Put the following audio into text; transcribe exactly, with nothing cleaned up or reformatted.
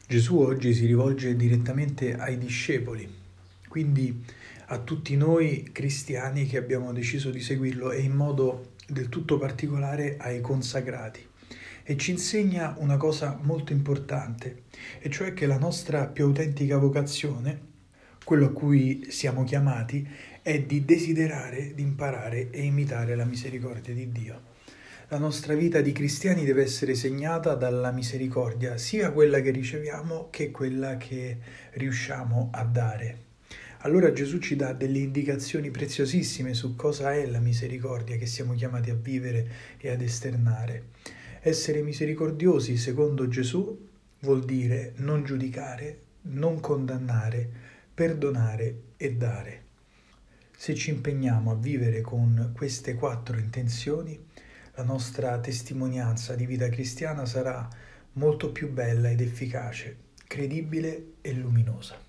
Gesù oggi si rivolge direttamente ai discepoli, quindi a tutti noi cristiani che abbiamo deciso di seguirlo e in modo del tutto particolare ai consacrati. E ci insegna una cosa molto importante, e cioè che la nostra più autentica vocazione, quello a cui siamo chiamati, è di desiderare, di imparare e imitare la misericordia di Dio. La nostra vita di cristiani deve essere segnata dalla misericordia, sia quella che riceviamo che quella che riusciamo a dare. Allora Gesù ci dà delle indicazioni preziosissime su cosa è la misericordia che siamo chiamati a vivere e ad esternare. Essere misericordiosi, secondo Gesù, vuol dire non giudicare, non condannare, perdonare e dare. Se ci impegniamo a vivere con queste quattro intenzioni, la nostra testimonianza di vita cristiana sarà molto più bella ed efficace, credibile e luminosa.